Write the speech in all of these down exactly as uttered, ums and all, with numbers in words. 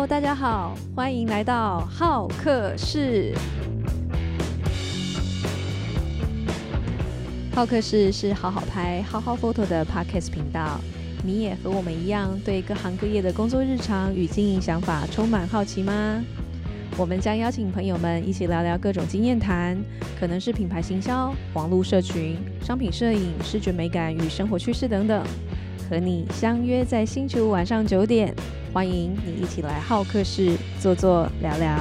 大家好，欢迎来到好客室。好客室是好好拍、好好 photo 的 podcast 频道。你也和我们一样，对各行各业的工作日常与经营想法充满好奇吗？我们将邀请朋友们一起聊聊各种经验谈，可能是品牌行销、网络社群、商品摄影、视觉美感与生活趋势等等。和你相约在星期五晚上九点，欢迎你一起来好客室坐坐聊聊。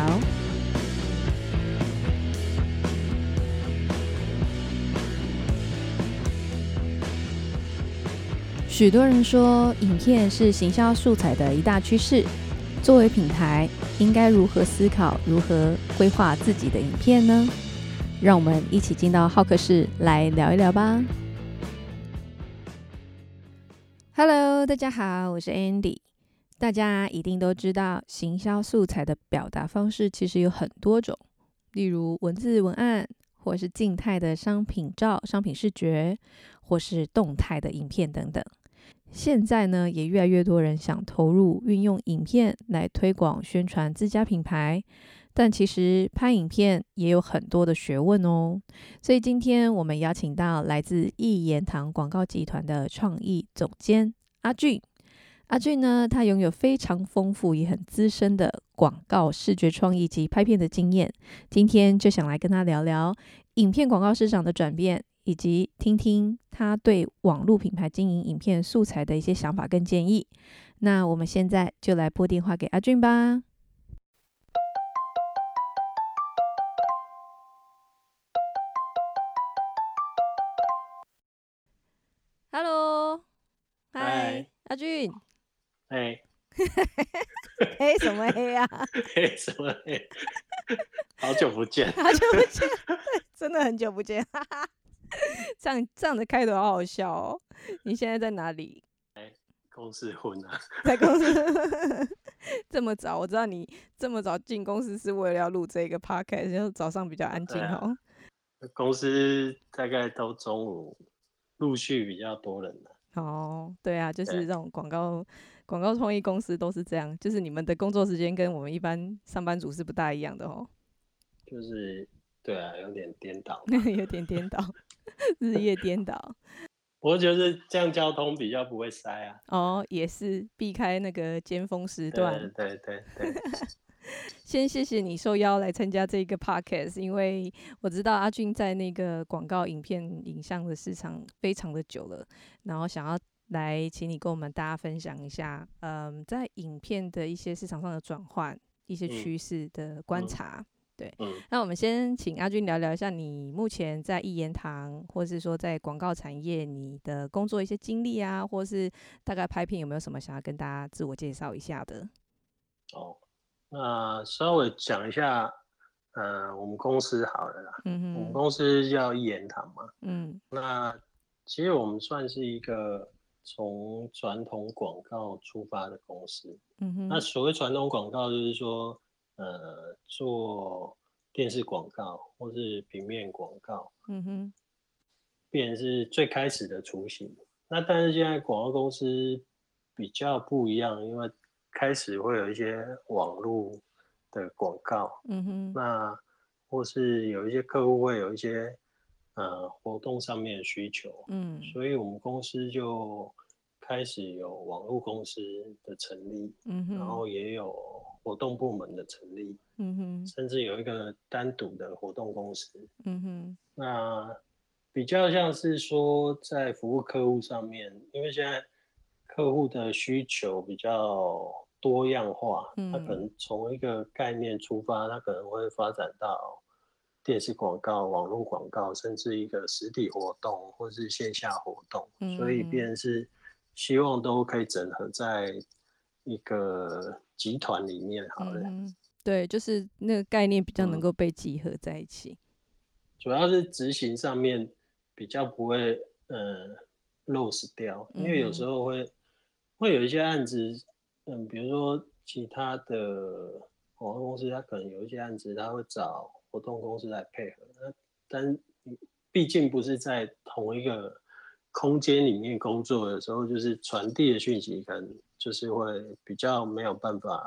许多人说，影片是行销素材的一大趋势。作为品牌，应该如何思考、如何规划自己的影片呢？让我们一起进到好客室来聊一聊吧。Hello， 大家好，我是 Andy。大家一定都知道，行销素材的表达方式其实有很多种，例如文字文案，或是静态的商品照、商品视觉，或是动态的影片等等。现在呢，也越来越多人想投入运用影片来推广宣传自家品牌，但其实拍影片也有很多的学问哦。所以今天我们邀请到来自一言堂广告集团的创意总监阿俊。阿俊呢，他拥有非常丰富也很资深的广告视觉创意及拍片的经验。今天就想来跟他聊聊影片广告市场的转变，以及听听他对网络品牌经营影片素材的一些想法跟建议。那我们现在就来拨电话给阿俊吧。Hello， 嗨，阿俊。 嘿， 嘿什么嘿啊？ 嘿什么嘿？好久不见， 好久不见，对，真的很久不见，哈哈。这样这样的开头好好笑哦。你现在在哪里？ 公司混啊， 在公司。这么早，我知道你这么早进公司是为了要录这个 podcast， 就早上比较安静哦。 啊、公司大概都中午陆续比较多人了。 哦，对啊，就是这种广告广告创意公司都是这样，就是你们的工作时间跟我们一般上班族是不大一样的哦。 就是对啊，有点颠倒， 有点颠倒，日夜颠倒。 不过就是这样，交通比较不会塞啊。 哦，也是避开那个尖峰时段。 对对对对。 先谢谢你受邀来参加这个 podcast， 因为我知道阿俊在那个广告影片影像的市场非常的久了，然后想要来请你跟我们大家分享一下，嗯，在影片的一些市场上的转换、一些趋势的观察。嗯对，嗯、那我们先请阿俊聊聊一下你目前在一言堂，或是说在广告产业你的工作一些经历啊，或是大概拍片有没有什么想要跟大家自我介绍一下的？ 哦，那稍微讲一下，呃，我们公司好了啦。嗯哼，我们公司叫一言堂嘛。嗯，那其实我们算是一个从传统广告出发的公司。嗯哼，那所谓传统广告，就是说，呃，做电视广告或是平面广告。嗯哼，变成是最开始的雏形。那但是现在广告公司比较不一样，因为开始会有一些网络的广告。嗯哼，那或是有一些客户会有一些呃活动上面的需求。嗯，所以我们公司就开始有网络公司的成立。嗯哼，然后也有活动部门的成立。嗯哼，甚至有一个单独的活动公司。嗯哼，那比较像是说在服务客户上面，因为现在客户的需求比较多样化。嗯，他可能从一个概念出发，他可能会发展到电视广告、网络广告，甚至一个实体活动或是线下活动。嗯，所以变成是希望都可以整合在一个集团里面好了。嗯， 对，就是那个概念比较能够被集合在一起。嗯， 主要是执行上面比较不会呃 lose 掉，因为有时候会、嗯、会有一些案子，嗯，比如说其他的广告公司，它可能有一些案子，它会找活动公司来配合，那但毕竟不是在同一个空间里面工作的时候，就是传递的讯息可能就是会比较没有办法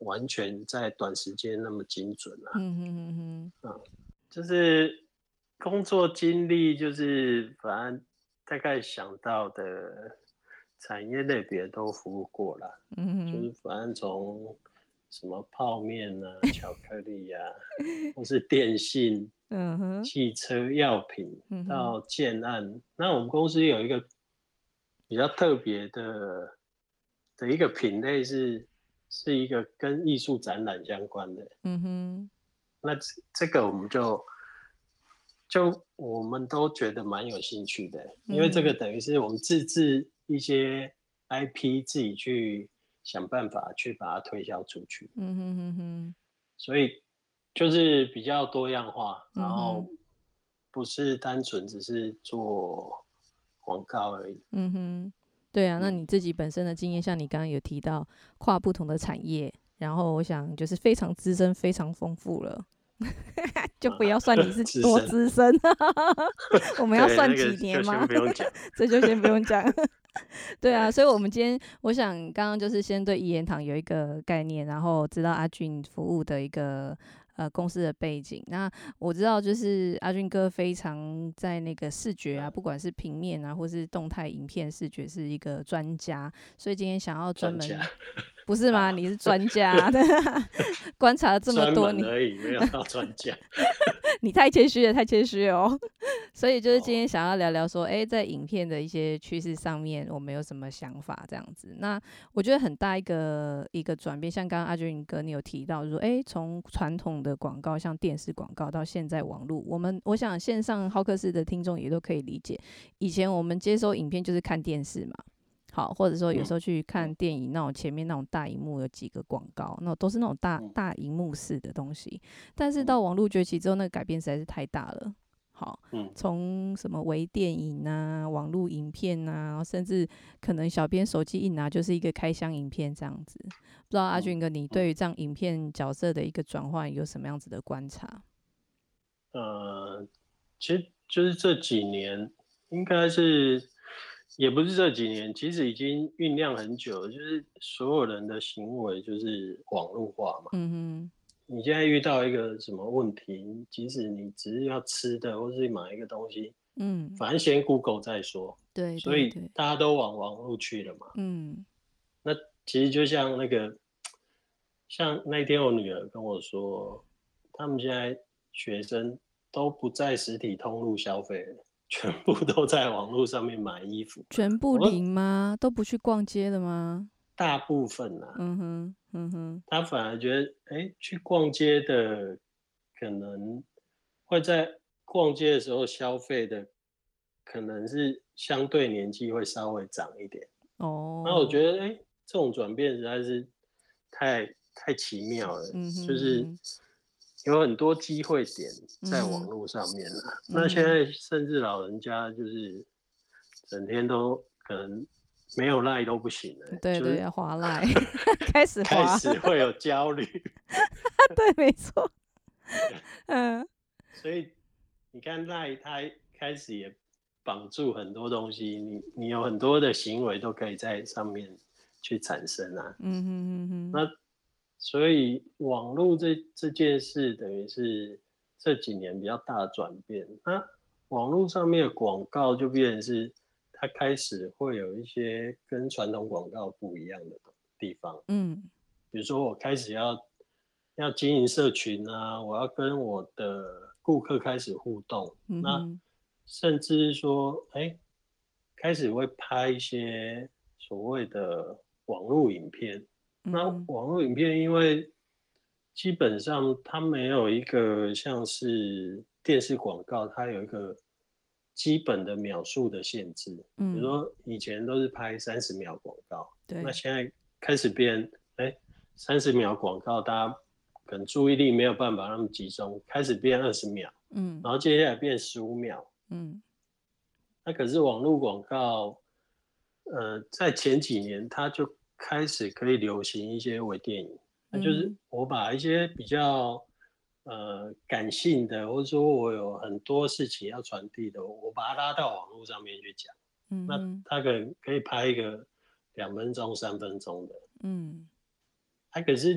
完全在短时间那么精准啊。 嗯哼哼哼， 嗯，就是工作经历，就是反正大概想到的产业类别都服务过了， 嗯哼， 就是反正从什么泡面啊、巧克力啊，或是电信、 嗯哼， 汽车、药品嗯哼， 到建案。那我们公司有一个比较特别的的一个品类是，是一个跟艺术展览相关的。 嗯哼， 那这这个我们就就我们都觉得蛮有兴趣的，因为这个嗯哼， 等于是我们自制一些 I P，自己去想办法去把它推销出去， 嗯哼哼哼， 所以就是比较多样化，然嗯哼， 后不是单纯只是做广告而已。 嗯哼，对啊，那嗯， 你自己本身的经验，像你刚刚有提到跨不同的产业，然后我想就是非常资深、非常丰富了。就不要算你是多资深， 资深，我们要对， 算那个几年吗？ 就先不用讲。 这就先不用讲。对啊， 对， 所以我们今天我想刚刚就是先对一言堂有一个概念，然后知道阿俊服务的一个呃公司的背景。那我知道就是阿俊哥非常在那个视觉啊，不管是平面啊或是动态影片视觉是一个专家，所以今天想要专专家。 门不是吗？ 好， 你是专家，观察了这么专多年。 门而已，没有到专家。 你太谦虚了，太谦虚了哦。所以就是今哦， 天想要聊聊说，哎，在影片的一些趋势上面，我们有什么想法这样子。那我觉得很大一个一个转变，像刚刚阿俊哥你有提到说，哎，从传统的广告，像电视广告到现在网络，我们我想线上浩克斯的听众也都可以理解，以前我们接收影片就是看电视嘛。好，或者说有时候去看电影，那种前面那种大荧幕有几个广告，那都是那种大大荧幕式的东西。但是到网络崛起之后，那个改变实在是太大了。好，从什么微电影啊、网络影片啊，甚至可能小编手机一拿就是一个开箱影片这样子。不知道阿俊哥，你对于这样影片角色的一个转换有什么样子的观察？ 呃，其实就是这几年，应该是也不是这几年，其实已经酝酿很久了，就是所有人的行为就是网络化嘛。 嗯哼， 你现在遇到一个什么问题，即使你只是要吃的，或是买一个东西， 嗯， 反正先 Google 再说。所以对对对， 大家都往网络去了嘛。 嗯那其实就像那个，像那天我女儿跟我说，他们现在学生都不在实体通路消费了，全部都在网络上面买衣服。 全部我说零吗？都不去逛街了吗？ 大部分啊， 嗯哼，嗯哼， 他反而觉得，哎，去逛街的可能会在逛街的时候消费的，可能是相对年纪会稍微长一点。那我哦， 觉得，哎，这种转变实在是太太奇妙了， 嗯哼就是哼有很多机会点在网嗯哼， 络上面了。那现嗯哼， 在甚至老人家就是整天都可能没有赖都不行了， 对对， 就是要滑赖，开始开滑， 始会有焦虑。 对，没错，嗯所以你看赖它开始也绑住很多东西，你你有很多的行为都可以在上面去产生啊。 嗯哼哼哼， 那所以网络这这件事，等于是这几年比较大的转变。那网络上面的广告就变成是，它开始会有一些跟传统广告不一样的地方。 嗯比如说，我开始要要经营社群啊，我要跟我的顾客开始互动。那嗯哼， 甚至是说，哎，开始会拍一些所谓的网络影片。那嗯哼， 网络影片，因为基本上它没有一个像是电视广告，它有一个基本的秒数的限制。比如嗯， 说以前都是拍三十秒广告，那对， 现在开始变，哎，三十秒广告，大家可能注意力没有办法那么集中，开始变二十秒， 嗯然后接下来变十五秒。 嗯那可是网络广告，呃，在前几年它就开始可以流行一些微电影，那就是嗯我把一些比较呃感性的，或者说我有很多事情要传递的，我把它拉到网络上面去讲。那嗯哼， 它可能可以拍一个两分钟、三分钟的， 嗯它可是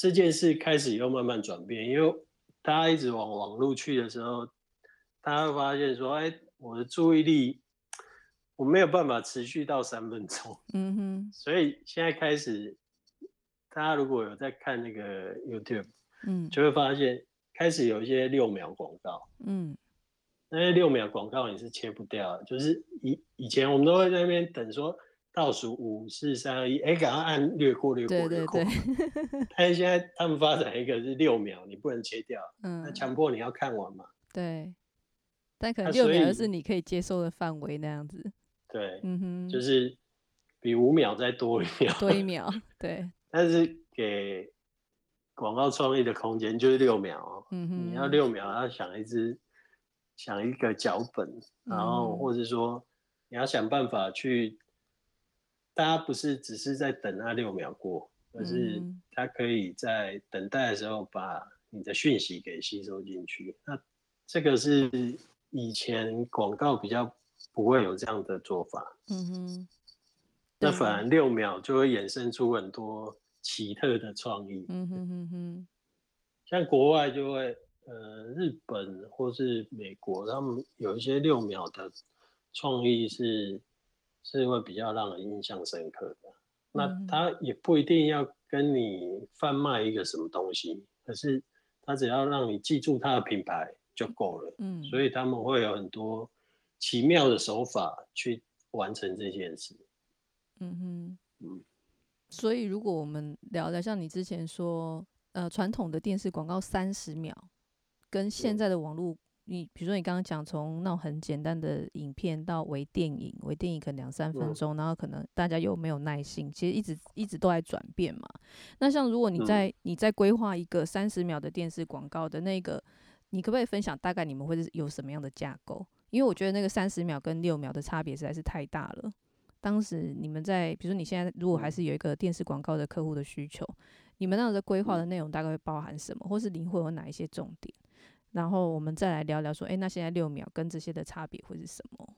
这件事开始又慢慢转变，因为大家一直往网络去的时候，大家会发现说，哎，我的注意力我没有办法持续到三分钟。嗯哼。所以现在开始，大家如果有在看那个 YouTube，嗯，就会发现开始有一些六秒广告。嗯。那些六秒广告你是切不掉的，就是以以前我们都会在那边等说倒数五四三二一，哎，赶快按略过略过略过。对对对。但是现在他们发展一个是六秒，你不能切掉，嗯，那强迫你要看完嘛。 对。但可能六秒就是你可以接受的范围那样子。 对，嗯哼，就是比五秒再多一秒， 多一秒，对。 但是给广告创意的空间就是六秒哦。嗯哼，你要六秒要想一支。想一个脚本，然后或者说你要想办法去，大家不是只是在等那六秒过，而是他可以在等待的时候把你的讯息给吸收进去。那这个是以前广告比较不会有这样的做法。嗯哼，那反而六秒就会衍生出很多奇特的创意。嗯哼哼哼，像国外就会。呃，日本或是美国，他们有一些六秒的创意是是会比较让人印象深刻的。那他也不一定要跟你贩卖一个什么东西，可是他只要让你记住他的品牌就够了。嗯，所以他们会有很多奇妙的手法去完成这件事。 嗯哼，嗯。所以如果我们聊聊像你之前说，呃，传统的电视广告三十秒。跟现在的网络，你比如说你刚刚讲从那种很简单的影片到微电影，微电影可能两三分钟，然后可能大家又没有耐心，其实一直一直都在转变嘛。那像如果你在你在规划一个三十秒的电视广告的那个，你可不可以分享大概你们会有什么样的架构？因为我觉得那个三十秒跟六秒的差别实在是太大了。当时你们在，比如说你现在如果还是有一个电视广告的客户的需求，你们那样的规划的内容大概会包含什么，或是你会有哪一些重点？然后我们再来聊聊说，哎，那现在六秒跟这些的差别会是什么？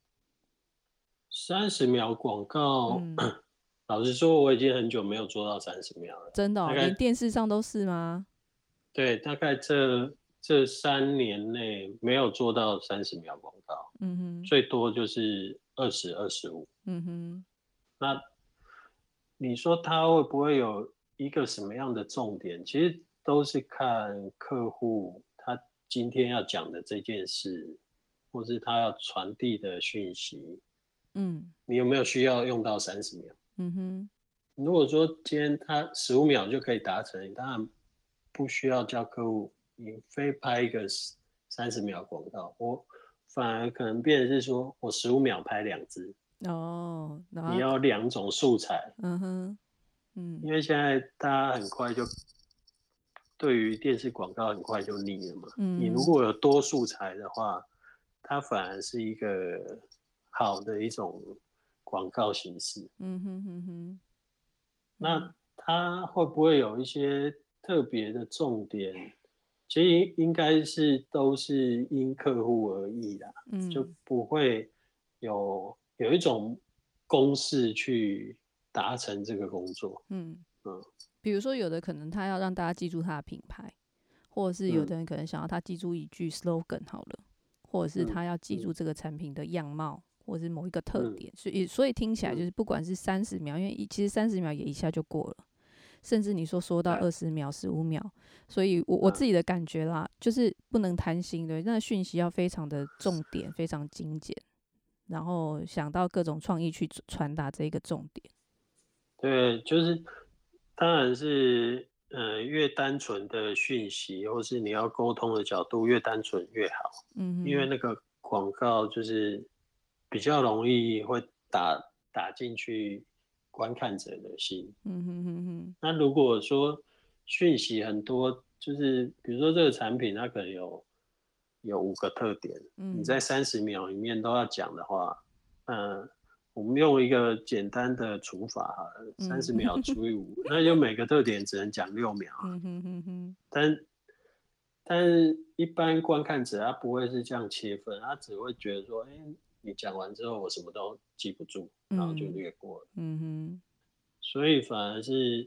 三十秒广告，嗯、老实说，我已经很久没有做到三十秒了。 真的、哦，连电视上都是吗？ 对，大概这这三年内没有做到三十秒广告，嗯哼，最多就是二十二十五，嗯哼。那你说它会不会有一个什么样的重点？其实都是看客户他今天要讲的这件事，或是他要传递的讯息，嗯，你有没有需要用到三十秒？嗯哼，如果说今天他十五秒就可以达成，当然不需要叫客户你非拍一个三十秒广告，我反而可能变成是说我十五秒拍两支。哦，你要两种素材。嗯哼，嗯，因为现在大家很快就对于电视广告很快就腻了嘛。嗯，你如果有多素材的话，它反而是一个好的一种广告形式。嗯哼哼哼。那它会不会有一些特别的重点？其实应该是都是因客户而异啦。嗯，就不会有有一种公式去达成这个工作。嗯嗯，比如说有的可能他要让大家记住他的品牌，或者是有的人可能想要他记住一句 slogan 好了，或者是他要记住这个产品的样貌，或者是某一个特点。所以所以听起来就是不管是三十秒，因为其实三十秒也一下就过了。甚至你说说到二十秒、十五秒，所以我我自己的感觉啦，就是不能贪心的，那讯息要非常的重点、非常精简，然后想到各种创意去传达这个重点。 对，就是当然是呃越单纯的讯息，或是你要沟通的角度越单纯越好。嗯，因为那个广告就是比较容易会打打进去观看者的心。嗯哼哼哼。那如果说讯息很多，就是比如说这个产品它可能有有五个特点，嗯、你在三十秒里面都要讲的话，嗯、呃，我们用一个简单的除法好了，三十秒除以五，那就每个特点只能讲六秒。嗯哼哼哼。但但是一般观看者他不会是这样切分，他只会觉得说，哎、欸，你讲完之后我什么都记不住，然后就略过了。嗯哼。所以反而是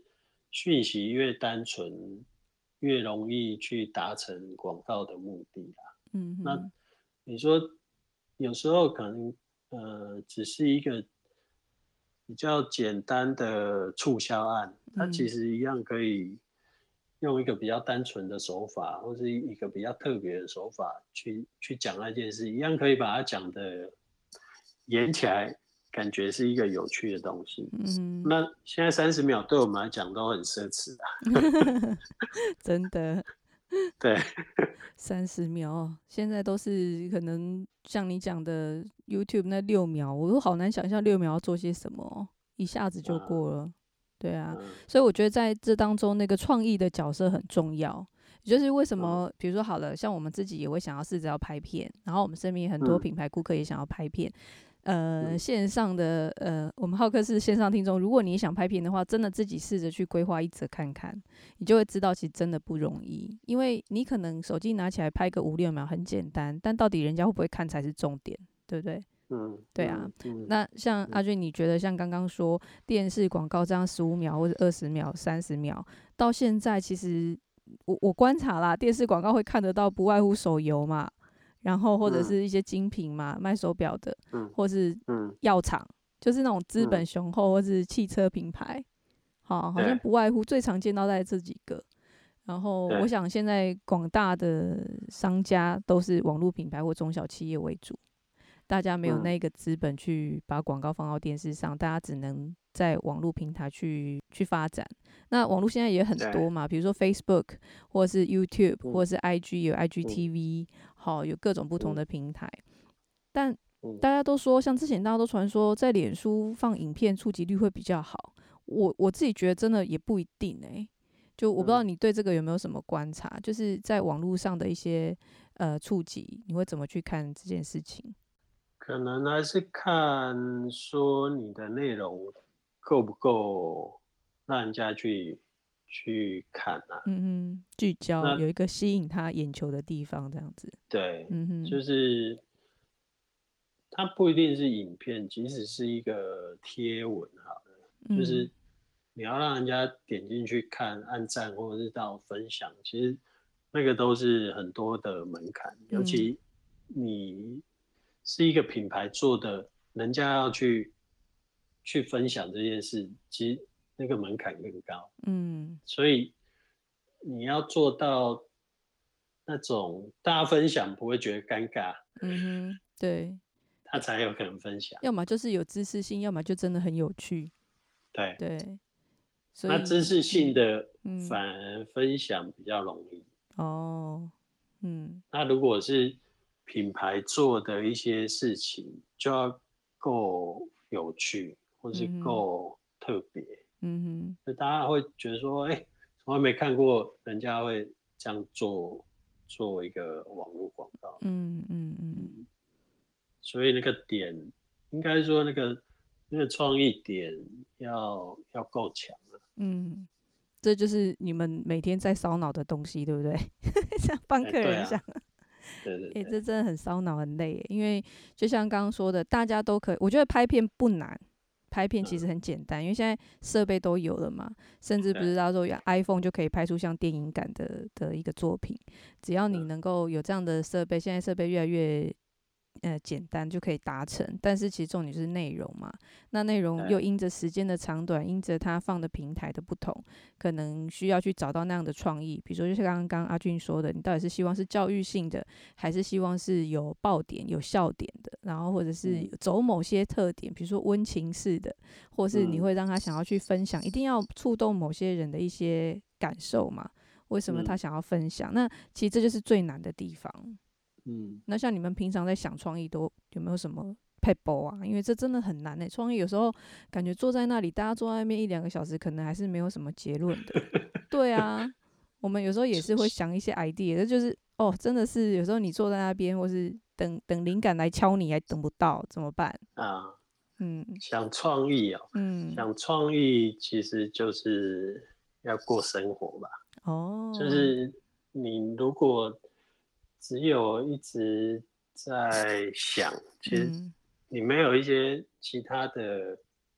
讯息越单纯，越容易去达成广告的目的啦。嗯，那你说有时候可能呃只是一个比较简单的促销案，它其实一样可以用一个比较单纯的手法，或是一个比较特别的手法去去讲那件事，一样可以把它讲的演起来，感觉是一个有趣的东西。嗯，那现在三十秒对我们来讲都很奢侈啊， 真的。 对， 三十秒，现在都是可能像你讲的 YouTube 那六秒，我都好难想象六秒要做些什么，一下子就过了。嗯、对啊、嗯，所以我觉得在这当中，那个创意的角色很重要。就是为什么，比如说好了，像我们自己也会想要试着要拍片，然后我们身边很多品牌顾客也想要拍片。呃，线上的呃，我们浩克是线上听众。如果你想拍片的话，真的自己试着去规划一则看看，你就会知道其实真的不容易。因为你可能手机拿起来拍个五六秒很简单，但到底人家会不会看才是重点，对不对？嗯，对啊。嗯、那像阿俊，你觉得像刚刚说电视广告这样十五秒或者二十秒、三十秒，到现在其实我我观察啦，电视广告会看得到，不外乎手游嘛。然后或者是一些精品嘛，嗯、卖手表的，嗯、或是药厂，嗯、就是那种资本雄厚，或是汽车品牌，好，好像不外乎最常见到在这几个。然后我想现在广大的商家都是网络品牌或中小企业为主，大家没有那个资本去把广告放到电视上，大家只能在网络平台去去发展。那网络现在也很多嘛，比如说 Facebook 或是 YouTube 或是 I G 有 I G T V， 好，有各种不同的平台。但大家都说，像之前大家都传说在脸书放影片触及率会比较好，我我自己觉得真的也不一定哎、欸。就我不知道你对这个有没有什么观察，就是在网络上的一些呃触及，你会怎么去看这件事情？ 可能还是看说你的内容够不够让人家去去看啊， 嗯嗯，聚焦有一个吸引他眼球的地方，这样子。 对，嗯哼，就是它不一定是影片，即使是一个贴文好了，嗯、就是你要让人家点进去看、按赞或者是到分享，其实那个都是很多的门槛，嗯、尤其你是一个品牌做的，人家要去去分享这件事，其实那个门槛更高。嗯，所以你要做到那种大家分享不会觉得尴尬。 嗯哼，对， 他才有可能分享。 要么就是有知识性，要么就真的很有趣。 对对， 所以那知识性的反而分享比较容易。嗯、哦，嗯，那如果是品牌做的一些事情，就要够有趣，或是够特别。嗯哼，就大家会觉得说，哎、欸，从来没看过人家会这样做，做一个网络广告。嗯嗯嗯。嗯，所以那个点，应该说那个那个创意点要要够强啊。 嗯，这就是你们每天在烧脑的东西，对不对？像帮客人想、欸， 对对对， 哎、欸，这真的很烧脑很累耶，因为就像刚刚说的，大家都可以，我觉得拍片不难。拍片其实很简单，嗯、因为现在设备都有了嘛，甚至不是大家说 iPhone 就可以拍出像电影感的的一个作品，只要你能够有这样的设备，现在设备越来越呃简单就可以达成。但是其实重点就是内容嘛，那内容又因着时间的长短，因着它放的平台的不同，可能需要去找到那样的创意。比如说就像刚刚阿俊说的，你到底是希望是教育性的，还是希望是有爆点、有笑点的，然后或者是走某些特点，比如说温情式的，或是你会让他想要去分享，一定要触动某些人的一些感受嘛？为什么他想要分享？那其实这就是最难的地方。嗯，那像你们平常在想创意，都有没有什么撇步啊？因为这真的很难诶、欸，创意有时候感觉坐在那里，大家坐在那边一两个小时，可能还是没有什么结论的。对啊，我们有时候也是会想一些 idea， 这就是哦，真的是有时候你坐在那边，或是等等灵感来敲你，还等不到，怎么办？啊， 嗯，想创意哦，嗯，想创意其实就是要过生活吧。哦，就是你如果只有一直在想，其实你没有一些其他的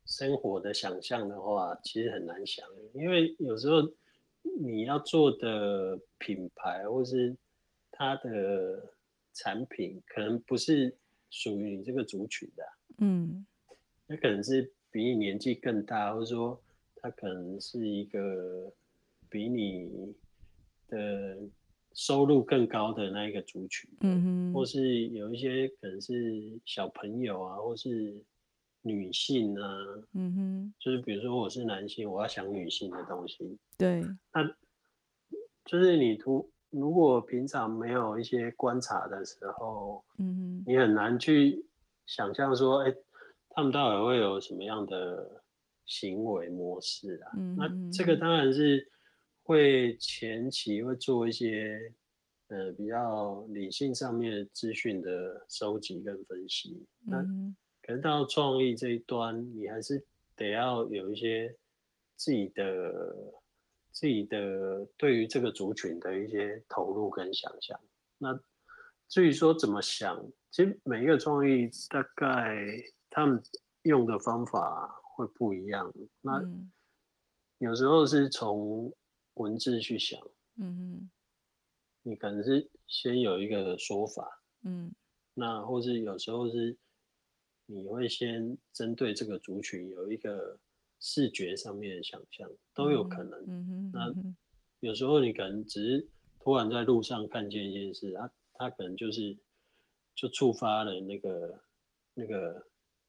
生活的想象的话，其实很难想，因为有时候你要做的品牌或是它的产品，可能不是属于你这个族群的、啊，嗯，那可能是比你年纪更大，或者说它可能是一个比你的收入更高的那一个族群，嗯，或是有一些可能是小朋友啊，或是女性啊，嗯哼，就是比如说我是男性，我要想女性的东西，对，那就是你图如果平常没有一些观察的时候，嗯哼，你很难去想象说，哎、欸，他们到底会有什么样的行为模式啊？嗯、那这个当然是会前期会做一些呃比较理性上面资讯的收集跟分析。那可是到创意这一端，你还是得要有一些自己的自己的对于这个族群的一些投入跟想象。那至于说怎么想，其实每一个创意大概他们用的方法会不一样。那有时候是从文字去想，嗯哼，你可能是先有一个说法，嗯，那或是有时候是你会先针对这个族群有一个视觉上面的想象，都有可能。嗯哼，那有时候你可能只是突然在路上看见一件事，它它可能就是就触发了那个那个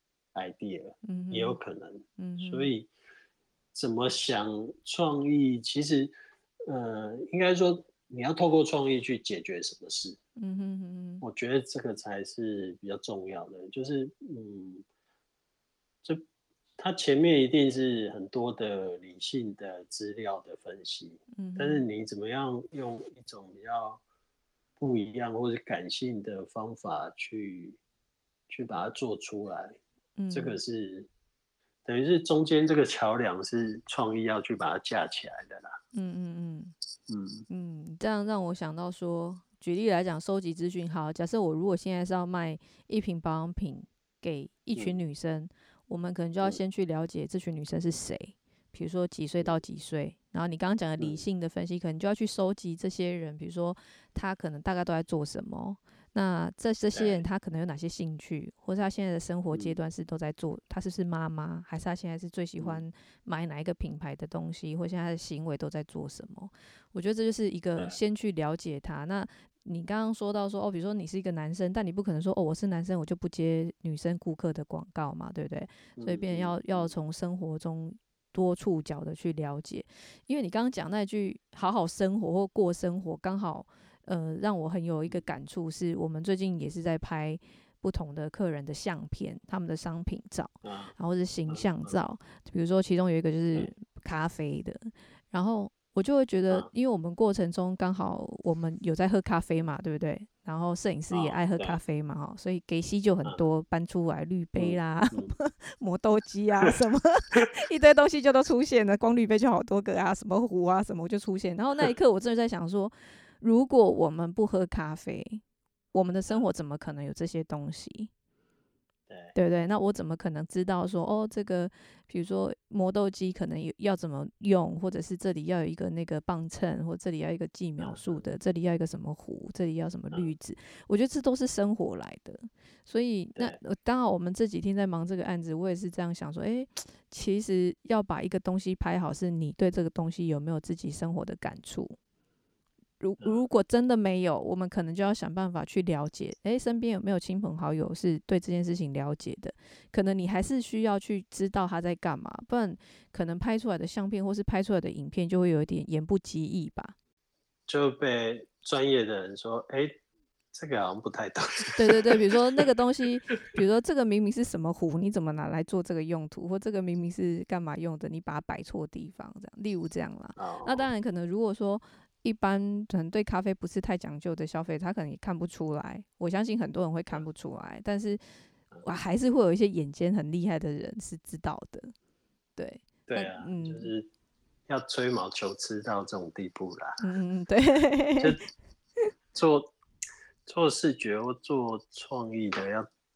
idea，嗯，也有可能。嗯，所以怎么想创意，其实呃，应该说你要透过创意去解决什么事。嗯哼哼，我觉得这个才是比较重要的，就是嗯，就它前面一定是很多的理性的资料的分析，嗯，但是你怎么样用一种比较不一样或者感性的方法去去把它做出来，嗯，这个是等于是中间这个桥梁是创意要去把它架起来的啦。嗯嗯嗯嗯嗯，这样让我想到说，举例来讲，收集资讯好。假设我如果现在是要卖一瓶保养品给一群女生，嗯，我们可能就要先去了解这群女生是谁，比如说几岁到几岁。然后你刚刚讲的理性的分析，可能就要去收集这些人，比如说他可能大概都在做什么。那这这些人他可能有哪些兴趣，或是他现在的生活阶段是都在做？他是不是妈妈，还是他现在是最喜欢买哪一个品牌的东西，或现在他的行为都在做什么？我觉得这就是一个先去了解他。那你刚刚说到说哦，比如说你是一个男生，但你不可能说哦，我是男生我就不接女生顾客的广告嘛，对不对？所以变成要要从生活中多触角的去了解。因为你刚刚讲那句好好生活或过生活，刚好呃让我很有一个感触，是我们最近也是在拍不同的客人的相片，他们的商品照，然后是形象照，比如说其中有一个就是咖啡的，然后我就会觉得，因为我们过程中刚好我们有在喝咖啡嘛，对不对？然后摄影师也爱喝咖啡嘛，哈，所以给息就很多搬出来，滤杯啦、磨豆机啊什么一堆东西就都出现了，光滤杯就好多个啊，什么壶啊什么就出现。然后那一刻我真的在想说，如果我们不喝咖啡，我们的生活怎么可能有这些东西？对不对？那我怎么可能知道说哦，这个比如说磨豆机可能要怎么用，或者是这里要有一个那个磅秤，或这里要一个计秒数的，这里要一个什么壶，这里要什么滤纸？我觉得这都是生活来的。所以那当然我们这几天在忙这个案子，我也是这样想说，哎，其实要把一个东西拍好，是你对这个东西有没有自己生活的感触。如如果真的没有，我们可能就要想办法去了解，哎，身边有没有亲朋好友是对这件事情了解的？可能你还是需要去知道他在干嘛，不然可能拍出来的相片或是拍出来的影片就会有一点言不及义吧。 就被专业的人说，哎，这个好像不太对。 对对对，比如说那个东西，比如说这个明明是什么壶，你怎么拿来做这个用途？或这个明明是干嘛用的，你把它摆错地方，这样，例如这样啦。哦、那当然可能如果说一般可能对咖啡不是太讲究的消费者，他可能也看不出来。我相信很多人会看不出来，但是我还是会有一些眼尖很厉害的人是知道的。对， 对啊，嗯、就是要吹毛求疵到这种地步啦。 嗯嗯，对， 就做做视觉或做创意的要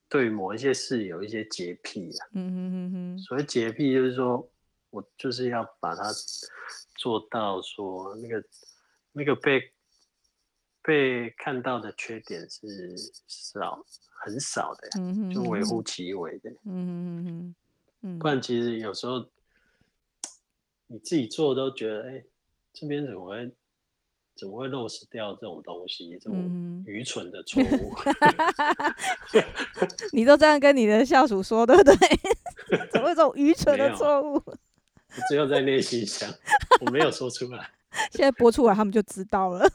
对某一些事有一些洁癖啊。 嗯哼哼哼。 所谓洁癖就是说，我就是要把它做到说那个那个被被看到的缺点是少很少的， 嗯哼哼， 就微乎其微的。 嗯哼哼哼，嗯， 不然其实有时候你自己做都觉得，哎、欸，这边怎么会怎么会漏失掉这种东西，这种愚蠢的错误？ 你都这样跟你的下属说，对不对？怎么会这种愚蠢的错误？ 我只有在内心想，我没有说出来。 现在播出来，他们就知道了。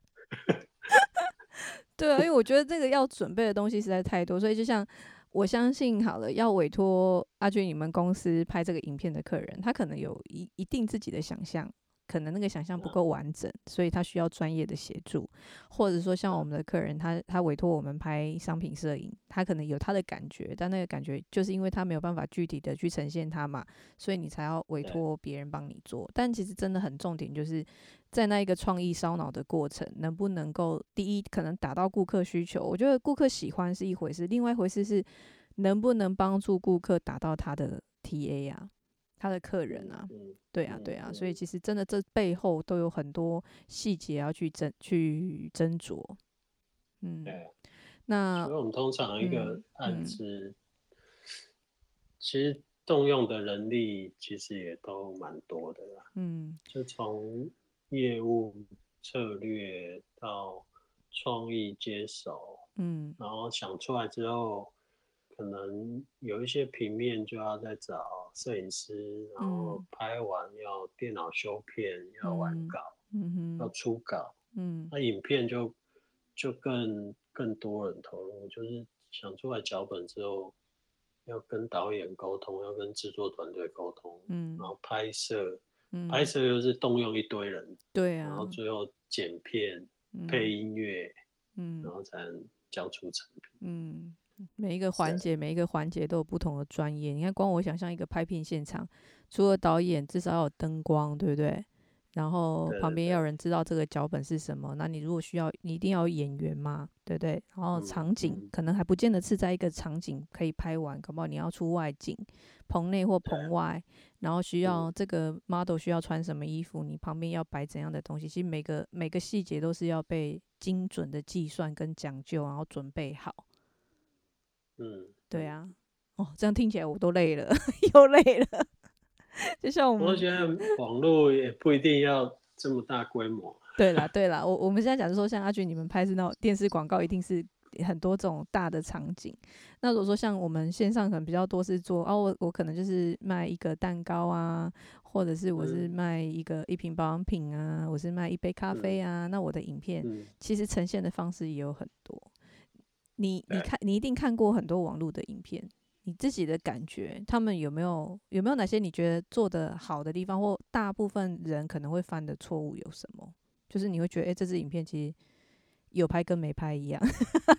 对啊，因为我觉得这个要准备的东西实在太多，所以就像我相信好了，要委托阿俊你们公司拍这个影片的客人，他可能有一一定自己的想象，可能那个想象不够完整，所以他需要专业的协助，或者说像我们的客人，他他委托我们拍商品摄影，他可能有他的感觉，但那个感觉就是因为他没有办法具体的去呈现它嘛，所以你才要委托别人帮你做。但其实真的很重点就是在那一个创意烧脑的过程，能不能够第一可能达到顾客需求，我觉得顾客喜欢是一回事，另外一回事是能不能帮助顾客达到他的 T A 啊，他的客人啊，对啊对啊，所以其实真的这背后都有很多细节要去斟去斟酌。嗯，那所以我们通常一个案子、嗯嗯、其实动用的人力其实也都蛮多的啦，嗯，就从业务策略到创意接手，嗯，然后想出来之后，可能有一些平面就要再找摄影师，然后拍完要电脑修片，嗯、要完稿，嗯、要出稿，嗯，那影片就就更更多人投入，就是想出来脚本之后。要跟导演沟通，要跟制作团队沟通，嗯，然后拍摄，嗯，拍摄又是动用一堆人， 对啊， 然后最后剪片、嗯、配音乐，嗯，然后才能交出成品， 嗯，每一个环节，每一个环节都有不同的专业。你看，光我想象一个拍片现场，除了导演，至少要有灯光，对不对？然后旁边要有人知道这个脚本是什么，那你如果需要，你一定要有演员嘛，对不对？然后场景、嗯嗯、可能还不见得是在一个场景可以拍完，搞不好你要出外景，棚内或棚外，然后需要这个 model 需要穿什么衣服，你旁边要摆怎样的东西，其实每个每个细节都是要被精准的计算跟讲究，然后准备好。嗯，对啊，哦，这样听起来我都累了，又累了。就像我们， 我觉得网络也不一定要这么大规模。 对啦，对啦，我我们现在假如说像阿俊你们拍是那种电视广告，一定是很多这种大的场景。那如果说像我们线上可能比较多是做，哦，我我可能就是卖一个蛋糕啊，或者是我是卖一个一瓶保养品啊，我是卖一杯咖啡啊，嗯、那我的影片、嗯、其实呈现的方式也有很多。你你看，你一定看过很多网络的影片。你自己的感觉，他们有没有有没有哪些你觉得做得好的地方，或大部分人可能会犯的错误有什么？就是你会觉得，哎、欸，这支影片其实有拍跟没拍一样。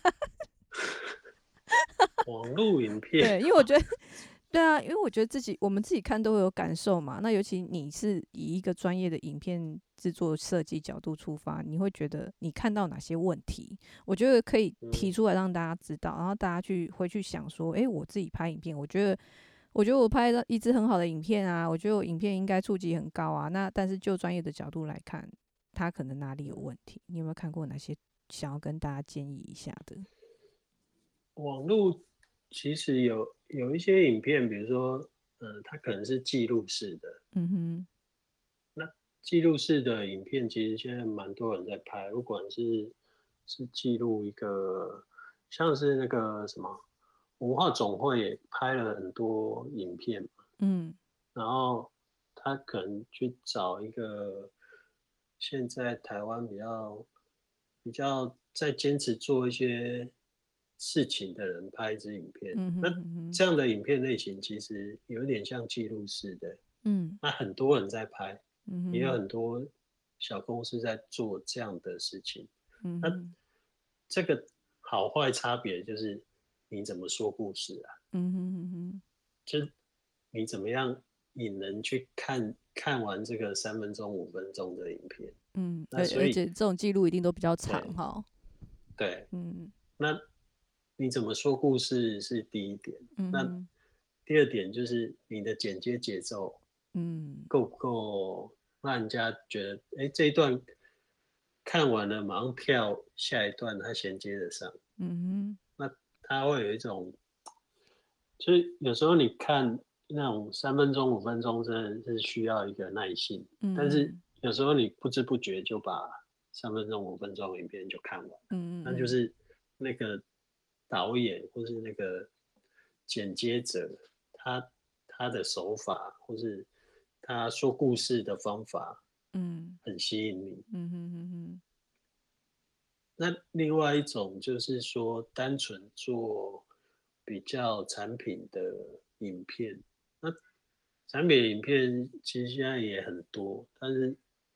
网络影片， 对，因为我觉得，对啊，因为我觉得自己我们自己看都会有感受嘛。那尤其你是以一个专业的影片制作设计角度出发，你会觉得你看到哪些问题？我觉得可以提出来让大家知道，然后大家去回去想说，哎、欸，我自己拍影片，我觉得，我觉得我拍了一支很好的影片啊，我觉得我影片应该触及很高啊。那但是就专业的角度来看，它可能哪里有问题？你有没有看过哪些想要跟大家建议一下的？ 网络其实有有一些影片，比如说，呃，它可能是记录式的，嗯哼，那记录式的影片其实现在蛮多人在拍，不管是是记录一个，像是那个什么文化总会也拍了很多影片嘛，嗯，然后他可能去找一个现在台湾比较比较在坚持做一些事情的人拍一支影片，嗯哼嗯哼，那这样的影片类型其实有点像记录式的，嗯，那很多人在拍，嗯，也有很多小公司在做这样的事情，嗯，那这个好坏差别就是你怎么说故事啊，嗯哼嗯哼，就你怎么样引人去看看完这个三分钟五分钟的影片，嗯， 那所以而且这种记录一定都比较长哈， 对，嗯，那你怎么说故事是第一点，嗯、那第二点就是你的剪接节奏，嗯，够不够让人家觉得，哎、欸，这一段看完了马上跳下一段，它衔接得上，嗯哼，那它会有一种，就是有时候你看那种三分钟、五分钟，真的是需要一个耐性，嗯，但是有时候你不知不觉就把三分钟、五分钟影片就看完了，嗯，那就是那个导演或是那个剪接者，他他的手法或是他说故事的方法，嗯，很吸引你，嗯哼哼哼。那另外一种就是说，单纯做比较产品的影片，那产品的影片其实现在也很多，但是，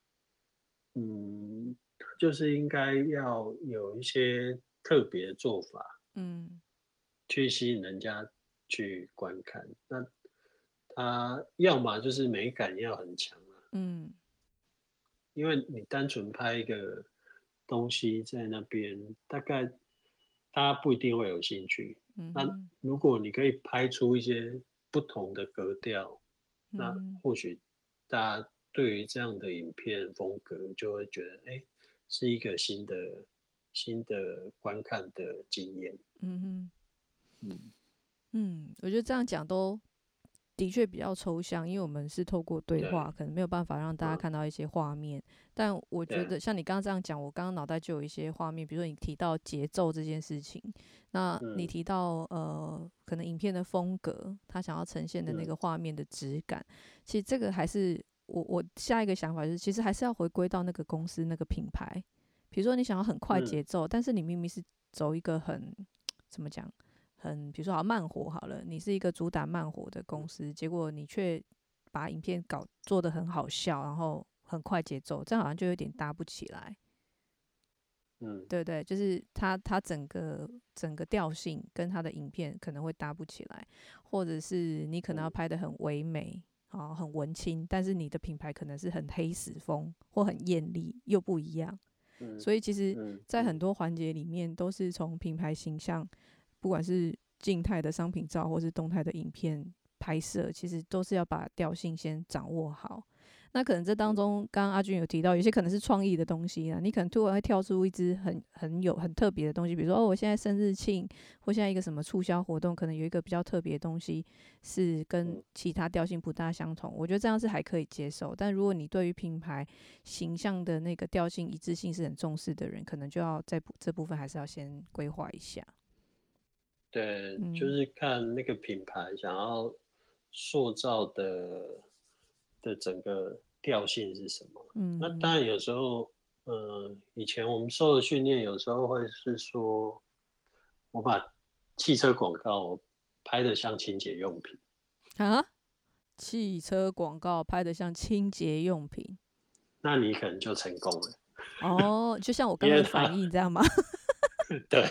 嗯，就是应该要有一些特别的做法，嗯，去吸引人家去观看。那它要么就是美感要很强啊，嗯，因为你单纯拍一个东西在那边，大概大家不一定会有兴趣。嗯、那如果你可以拍出一些不同的格调，嗯、那或许大家对于这样的影片风格就会觉得，哎、欸，是一个新的新的观看的经验。嗯哼，嗯嗯，我觉得这样讲都的确比较抽象，因为我们是透过对话，可能没有办法让大家看到一些画面。嗯、但我觉得像你刚刚这样讲，我刚刚脑袋就有一些画面，比如说你提到节奏这件事情，那你提到呃，可能影片的风格，他想要呈现的那个画面的质感，其实这个还是我我下一个想法就是，其实还是要回归到那个公司那个品牌。比如说你想要很快节奏，嗯、但是你明明是走一个很怎么讲？很，比如说好慢活好了，你是一个主打慢活的公司，结果你却把影片搞做得很好笑，然后很快节奏，这样好像就有点搭不起来。嗯，对对，就是它它整个整个调性跟它的影片可能会搭不起来，或者是你可能要拍得很唯美，啊，很文青，但是你的品牌可能是很黑死风或很艳丽，又不一样。所以其实，在很多环节里面，都是从品牌形象。不管是静态的商品照或是动态的影片拍摄，其实都是要把调性先掌握好。那可能这当中，刚刚阿君有提到，有些可能是创意的东西啦，你可能突然会跳出一支很很有很特别的东西，比如说哦，我现在生日庆，或现在一个什么促销活动，可能有一个比较特别的东西是跟其他调性不大相同，我觉得这样是还可以接受。但如果你对于品牌形象的那个调性一致性是很重视的人，可能就要在这部分还是要先规划一下。 对，就是看那个品牌想要塑造的的整个调性是什么。嗯，那当然有时候，呃，以前我们受的训练，有时候会是说，我把汽车广告拍得像清洁用品啊，汽车广告拍得像清洁用品， 那你可能就成功了。 哦，就像我刚刚的反应，这样吗？ 对。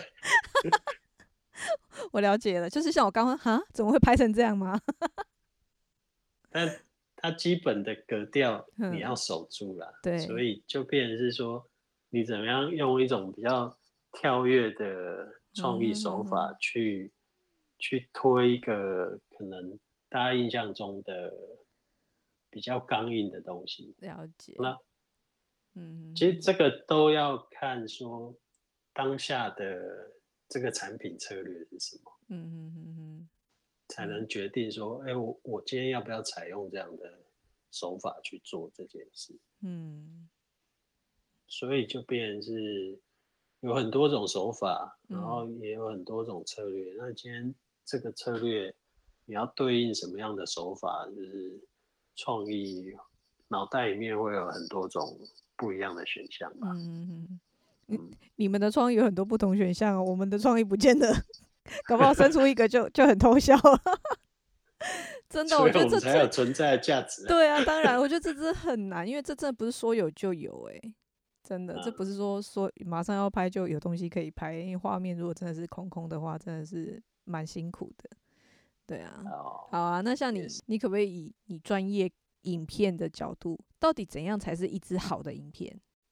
我了解了，就是像我刚刚哈，怎么会拍成这样吗？ 但它基本的格调你要守住啦，对，所以就变成是说，你怎么样用一种比较跳跃的创意手法去、嗯、去推一个可能大家印象中的比较刚硬的东西。 了解。 那嗯，其实这个都要看说当下的这个产品策略是什么。嗯嗯嗯嗯。才能决定说，哎、欸，我我今天要不要采用这样的手法去做这件事？嗯，所以就变成是有很多种手法，然后也有很多种策略。嗯、那今天这个策略你要对应什么样的手法？就是创意脑袋里面会有很多种不一样的选项吧。嗯嗯嗯，你们的创意有很多不同选项，我们的创意不见得。搞不好生出一个就就很偷笑了，真的， 我觉得这才有存在的价值、啊。 对啊，当然，我觉得这真的很难，因为这真的不是说有就有、欸，哎，真的，嗯、这不是说说马上要拍就有东西可以拍，因为画面如果真的是空空的话，真的是蛮辛苦的。对啊，哦、好啊，那像你，你可不可以以你专业影片的角度，到底怎样才是一支好的影片？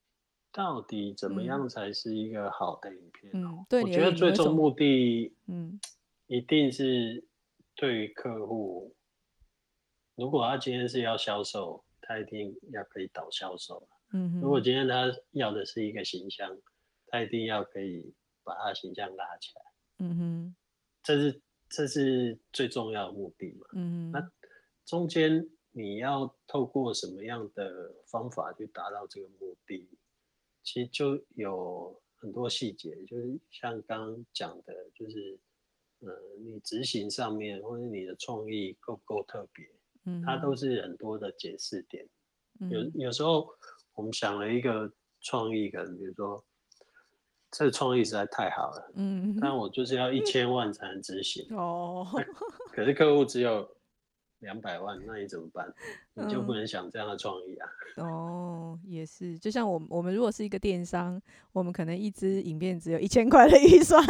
到底怎么样才是一个好的影片？ 嗯，对我觉得你而言， 最终目的， 嗯， 一定是对于客户，如果他今天是要销售，他一定要可以导销售。 嗯哼， 如果今天他要的是一个形象，他一定要可以把他形象拉起来。 嗯哼， 这是这是最重要的目的嘛？ 嗯那中间你要透过什么样的方法去达到这个目的？其实就有很多细节，就是像刚刚讲的，就是呃，你执行上面或者你的创意够不够特别， 嗯它都是很多的解释点。有嗯有时候我们想了一个创意，可能比如说这个创意实在太好了， 嗯但我就是要一千万才能执行， 哦， 那可是客户只有两百万，那你怎么办？你就不嗯。 能想这样的创意啊？ 哦，也是，就像我我们如果是一个电商，我们可能一支影片只有一千块的预算。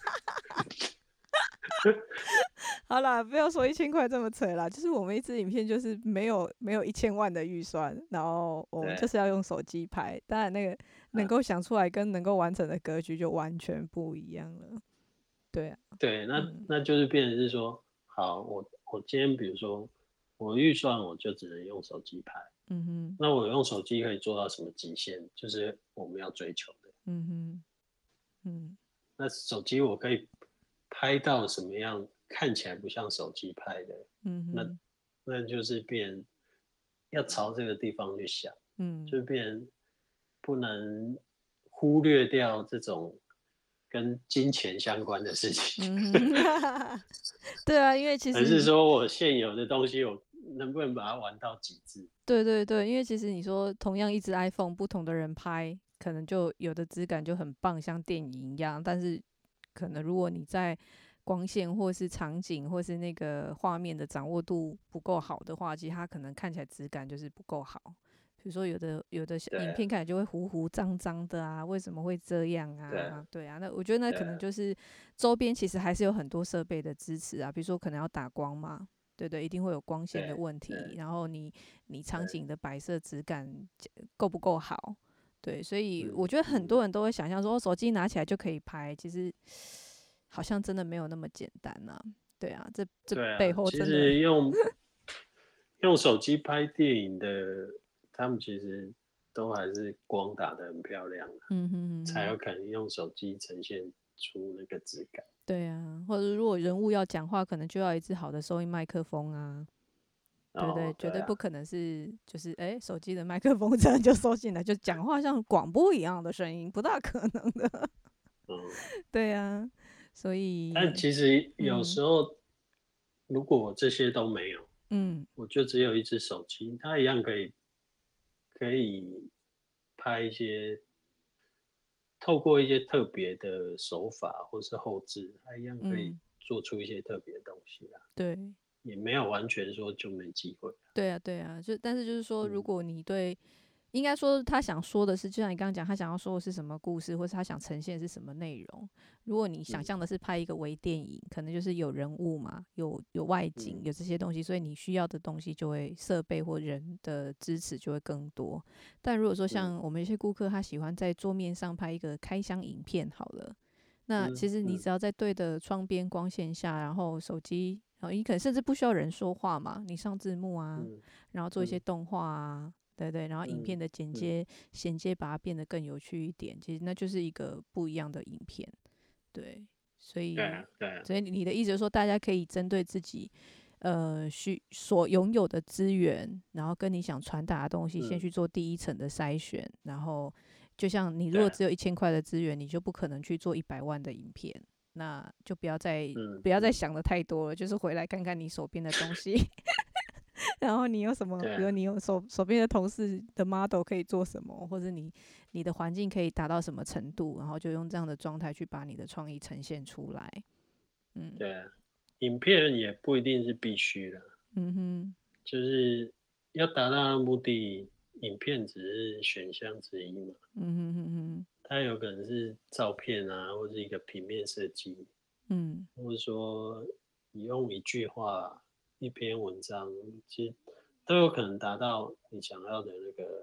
好啦，不要说一千块这么扯啦，就是我们一支影片就是没有没有一千万的预算，然后我们就对， 是要用手机拍，当然那个能啊， 够想出来跟能够完成的格局就完全不一样了。对啊， 对，那嗯那就是变成是说，好，我我今天比如说我预算我就只能用手机拍， 嗯哼那我用手机可以做到什么极限？就是我们要追求的。 嗯哼嗯那手机我可以拍到什么样看起来不像手机拍的？那嗯哼那就是变要朝这个地方去想， 嗯就变不能忽略掉这种跟金钱相关的事情， 嗯哼，对啊，因为其而是实说我现有的东西，我能不能把它玩到极致？ 对对对，因为其实你说同样一只 iPhone，不同的人拍，可能就有的质感就很棒，像电影一样。但是可能如果你在光线或是场景或是那个画面的掌握度不够好的话，其实它可能看起来质感就是不够好。比如说有的有的影对片看起来就会糊糊脏脏的啊，为什么会这样对啊？对啊，那我觉得那可能对就是周边其实还是有很多设备的支持啊，比如说可能要打光嘛。对对，一定会有光线的对问题，然后你你场对， 景的摆设质感够不够好？对，所以我嗯觉得很嗯， 多人都会想象说，哦手机拿起来就可以拍，其实好像真的没有那么简单呐、啊。对啊，这这背对啊，其后真的， 实用用手机拍电影的，他们其实都还是光打得很漂亮， 嗯哼哼哼， 才有可能用手机呈现出那个质感。 对啊，或者如果人物要讲话，可能就要一支好的收音麦克风啊。对不对？ 哦，对啊， 绝对不可能是就是哎，手机的麦克风这样就收进来，就讲话像广播一样的声音，不大可能的。 嗯， 对啊，所以但其实有嗯时候如果我这些都没有， 嗯我就只有一只手机，它一样可以可以拍一些，透过一些特别的手法或是后置，它一样可以嗯， 做出一些特别的东西啦， 对也没有完全说就没机会。 对啊对啊，就但是就是说，如嗯果你对应该说他想说的是，就像你刚刚讲，他想要说的是什么故事，或是他想呈现的是什么内容。如果你想嗯象的是拍一个微电影，可能就是有人物嘛，有有外景， 嗯有这些东西，所以你需要的东西就会设备或人的支持就会更多。但如果说嗯像我们一些顾客，他喜欢在桌面上拍一个开箱影片，好了，那其实你嗯嗯只要在对的窗边光线下，然后手机，然后你可能甚至不需要人说话嘛，你上字幕啊， 嗯然后做一些嗯动画啊。对对，然后影片嗯的剪嗯， 接衔接，把它变得更有趣一点，其实那就是一个不一样的影片。对，所以对啊对啊， 所以你的意思就是说，大家可以针对自己呃需所拥有的资源，然后跟你想传达的东西，先嗯去做第一层的筛选。然后，就像你如对啊， 果只有一千块的资源，你就不可能去做一百万的影片。那就不要再嗯不要再嗯想的太多了，就是回来看看你手边的东西。然后你有什么， 对啊， 比如你有手手边的同事的 model 可以做什么，或者你你的环境可以达到什么程度，然后就用这样的状态去把你的创意呈现出来。嗯对啊，影片也不一定是必须的， 嗯哼就是要达到的目的，影片只是选项之一嘛。 嗯哼哼哼它有可能是照片啊，或是一个平面设计， 嗯或者说你用一句话、一篇文章，其实都有可能达到你想要的那个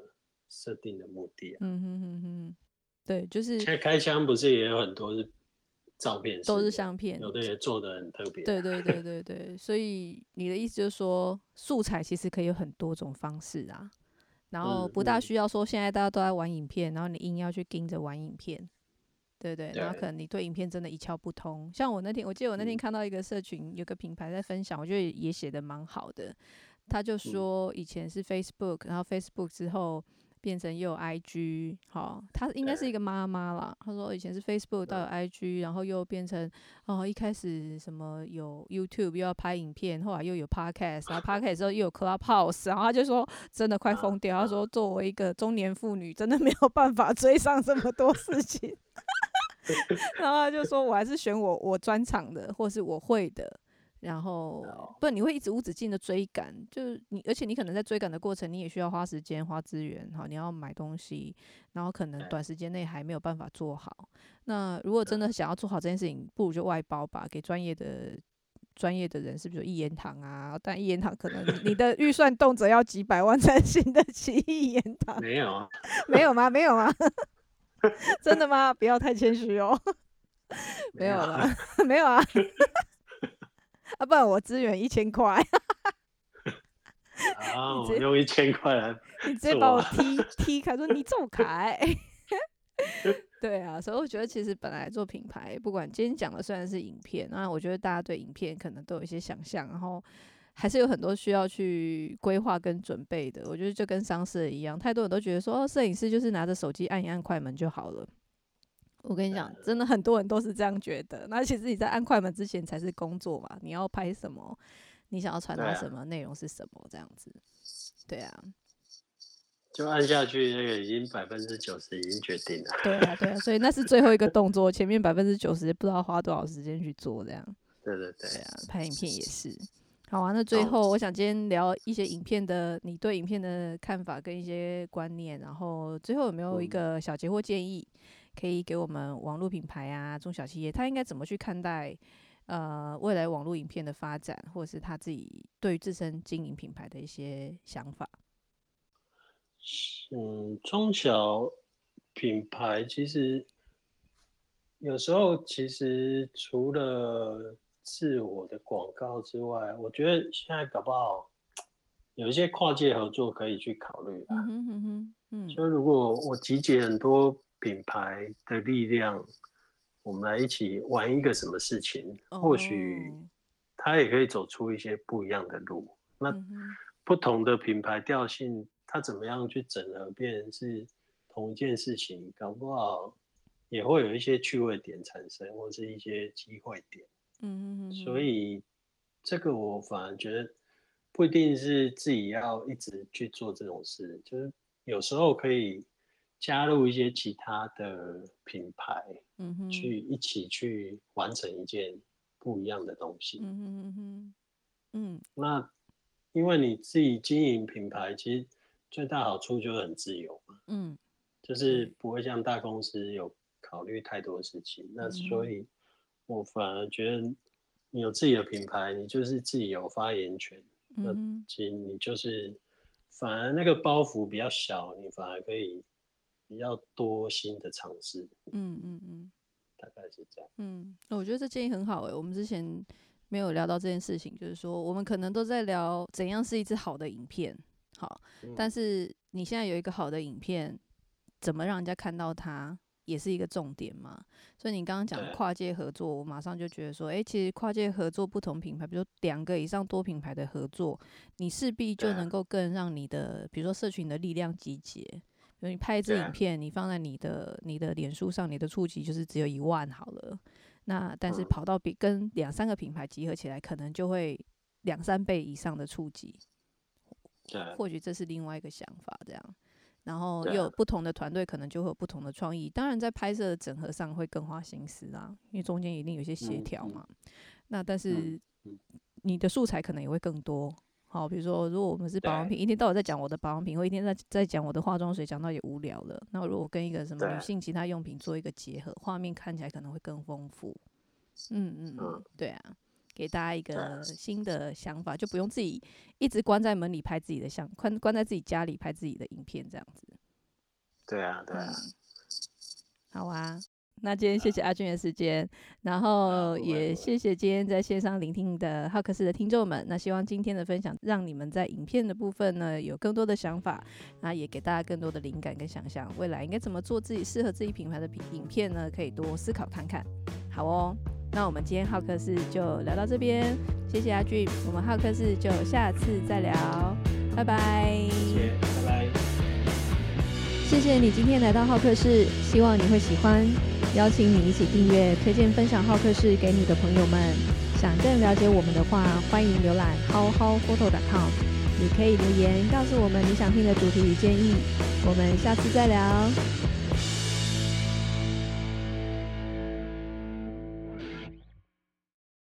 设定的目的啊。 嗯哼哼哼，对，就是现在开箱不是也有很多是照片， 都是相片， 有的也做得很特别、啊。 对对对对对，所以你的意思就是说，素材其实可以有很多种方式啊，然后不大需要说现在大家都在玩影片，然后你硬要去盯着玩影片，对不对？然后可能你对影片真的一窍不通。像我那天，我记得我那天看到一个社群，有个品牌在分享，我觉得也写得蛮好的。他就说以前是 Facebook， 然后 Facebook 之后变成又有 I G， 好，她应该是一个妈妈啦。她说以前是 Facebook 到有 I G， 然后又变成哦，一开始什么有 YouTube 又要拍影片，后来又有 Podcast， 然后 Podcast 之后又有 Clubhouse， 然后她就说真的快疯掉。她说作为一个中年妇女，真的没有办法追上这么多事情。然后她就说我还是选我我专长的，或是我会的。然后不然你会一直无止境的追赶，就是你，而且你可能在追赶的过程，你也需要花时间、花资源，好，你要买东西，然后可能短时间内还没有办法做好。那如果真的想要做好这件事情，不如就外包吧，给专业的专业的人，是不是有一言堂啊？但一言堂可能你的预算动辄要几百万才行得起一言堂。 没有啊？ 没有吗？没有吗？真的吗？不要太谦虚哦。没有了，没有啊。啊，不然我支援一千块。 啊，我用一千块来， 你直接把我踢踢开，说你走开。对啊，所以我觉得其实本来做品牌，不管今天讲的虽然是影片，那我觉得大家对影片可能都有一些想象，然后还是有很多需要去规划跟准备的。我觉得就跟商社一样，太多人都觉得说，哦，摄影师就是拿着手机按一按快门就好了。我跟你讲，真的很多人都是这样觉得。那其实你在按快门之前才是工作嘛，你要拍什么，你想要传达什么内容是什么，这样子。对啊， 就按下去，那个已经百分之九十已经决定了。 对啊，对啊，所以那是最后一个动作，前面百分之九十不知道花多少时间去做这样。 对对对。 对啊，拍影片也是。好啊，那最后我想今天聊一些影片的，你对影片的看法跟一些观念，然后最后有没有一个小结或建议？可以给我们网络品牌啊、中小企业，他应该怎么去看待呃未来网络影片的发展，或者是他自己对于自身经营品牌的一些想法？ 嗯，中小品牌其实有时候其实除了自我的广告之外，我觉得现在搞不好有一些跨界合作可以去考虑啦。 嗯哼嗯哼嗯， 就如果我集结很多品牌的力量，我们来一起玩一个什么事情， 哦、 或许它也可以走出一些不一样的路。那不同的品牌调性，它怎么样去整合，变成是同一件事情，搞不好也会有一些趣味点产生，或是一些机会点。 嗯， 所以这个我反而觉得不一定是自己要一直去做这种事，就是有时候可以加入一些其他的品牌，嗯哼，去一起去完成一件不一样的东西。嗯哼嗯哼，嗯，那因为你自己经营品牌，其实最大好处就是很自由嘛，嗯，就是不会像大公司有考虑太多事情。嗯，那所以我反而觉得你有自己的品牌，你就是自己有发言权。嗯，那其实你就是反而那个包袱比较小，你反而可以比较多新的尝试。嗯嗯嗯，大概是这样。 嗯，我觉得这建议很好诶。我们之前没有聊到这件事情，就是说我们可能都在聊怎样是一支好的影片，好，嗯，但是你现在有一个好的影片，怎么让人家看到它，也是一个重点嘛。所以你刚刚讲跨界合作，我马上就觉得说，哎，其实跨界合作不同品牌，比如说两个以上多品牌的合作，你势必就能够更让你的，比如说社群的力量集结。比如你拍一支影片，你放在你的你的脸书上，你的触及就是只有一万好了。那但是跑到比跟两三个品牌集合起来，可能就会两三倍以上的触及。或许这是另外一个想法，这样。然后又有不同的团队，可能就会有不同的创意。当然，在拍摄的整合上会更花心思啊，因为中间一定有一些协调嘛。嗯嗯、那但是你的素材可能也会更多。好，比如说，如果我们是保养品，一天到晚在讲我的保养品，或一天在在讲我的化妆水，讲到也无聊了。那如果跟一个什么女性其他用品做一个结合，画面看起来可能会更丰富。嗯嗯嗯，对啊，给大家一个新的想法，就不用自己一直关在门里拍自己的相，关关在自己家里拍自己的影片这样子。 对啊，对啊。嗯、 好啊。那今天谢谢阿俊的时间，然后也谢谢今天在线上聆听的浩克斯的听众们。那希望今天的分享让你们在影片的部分呢有更多的想法，那也给大家更多的灵感跟想象，未来应该怎么做自己适合自己品牌的影片呢？可以多思考看看。好哦，那我们今天浩克斯就聊到这边，谢谢阿俊，我们浩克斯就下次再聊，拜拜。 谢谢，拜拜。 谢谢你今天来到浩克室，希望你会喜欢。邀请你一起订阅、推荐、分享浩克室给你的朋友们。想更了解我们的话，欢迎浏览 how how photo dot com。也可以留言告诉我们你想听的主题与建议。我们下次再聊。